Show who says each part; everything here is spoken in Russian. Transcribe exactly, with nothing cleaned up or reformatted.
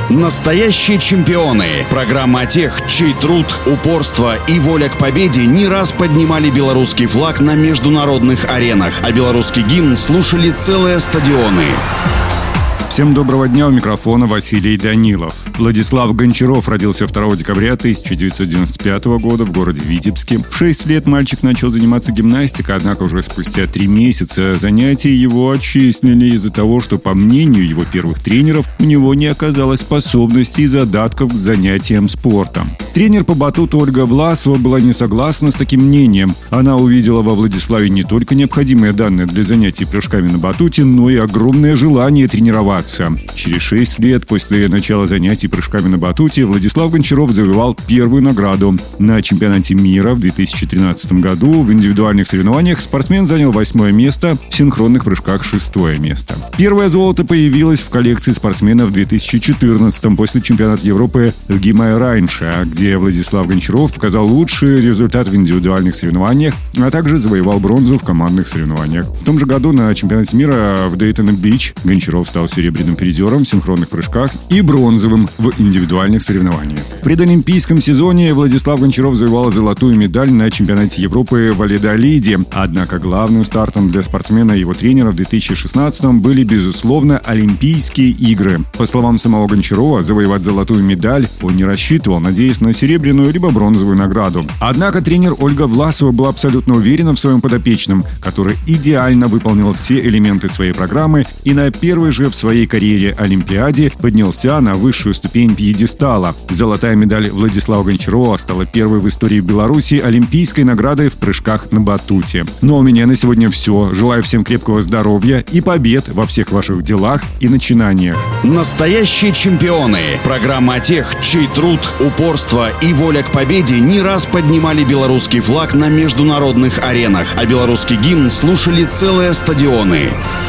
Speaker 1: Настоящие чемпионы. Программа о тех, чей труд, упорство и воля к победе не раз поднимали белорусский флаг на международных аренах, а белорусский гимн слушали целые стадионы.
Speaker 2: Всем доброго дня, у микрофона Василий Данилов. Владислав Гончаров родился второго декабря тысяча девятьсот девяносто пятого года в городе Витебске. В шесть лет мальчик начал заниматься гимнастикой, однако уже спустя три месяца занятия его отчислили из-за того, что, по мнению его первых тренеров, у него не оказалось способностей и задатков к занятиям спортом. Тренер по батуту Ольга Власова была не согласна с таким мнением. Она увидела во Владиславе не только необходимые данные для занятий прыжками на батуте, но и огромное желание тренироваться. Через шесть лет после начала занятий прыжками на батуте Владислав Гончаров завоевал первую награду. На чемпионате мира в две тысячи тринадцатом году в индивидуальных соревнованиях спортсмен занял восьмое место, в синхронных прыжках шестое место. Первое золото появилось в коллекции спортсменов в две тысячи четырнадцатом после чемпионата Европы в Гимайо-Райнше, где Владислав Гончаров показал лучший результат в индивидуальных соревнованиях, а также завоевал бронзу в командных соревнованиях. В том же году на чемпионате мира в Дейтон-Бич Гончаров стал серебряным призером в синхронных прыжках и бронзовым в индивидуальных соревнованиях. В предолимпийском сезоне Владислав Гончаров завоевал золотую медаль на чемпионате Европы в Валладолиде. Однако главным стартом для спортсмена и его тренера в две тысячи шестнадцатом были, безусловно, Олимпийские игры. По словам самого Гончарова, завоевать золотую медаль он не рассчитывал, надеясь на серебряную либо бронзовую награду. Однако тренер Ольга Власова была абсолютно уверена в своем подопечном, который идеально выполнил все элементы своей программы и на первой же в своей карьере Олимпиаде поднялся на высшую ступень пьедестала. Золотая медаль Владислава Гончарова стала первой в истории Беларуси олимпийской наградой в прыжках на батуте. Ну а у меня на сегодня все. Желаю всем крепкого здоровья и побед во всех ваших делах и начинаниях.
Speaker 1: Настоящие чемпионы. Программа о тех, чей труд, упорство и воля к победе не раз поднимали белорусский флаг на международных аренах, а белорусский гимн слушали целые стадионы.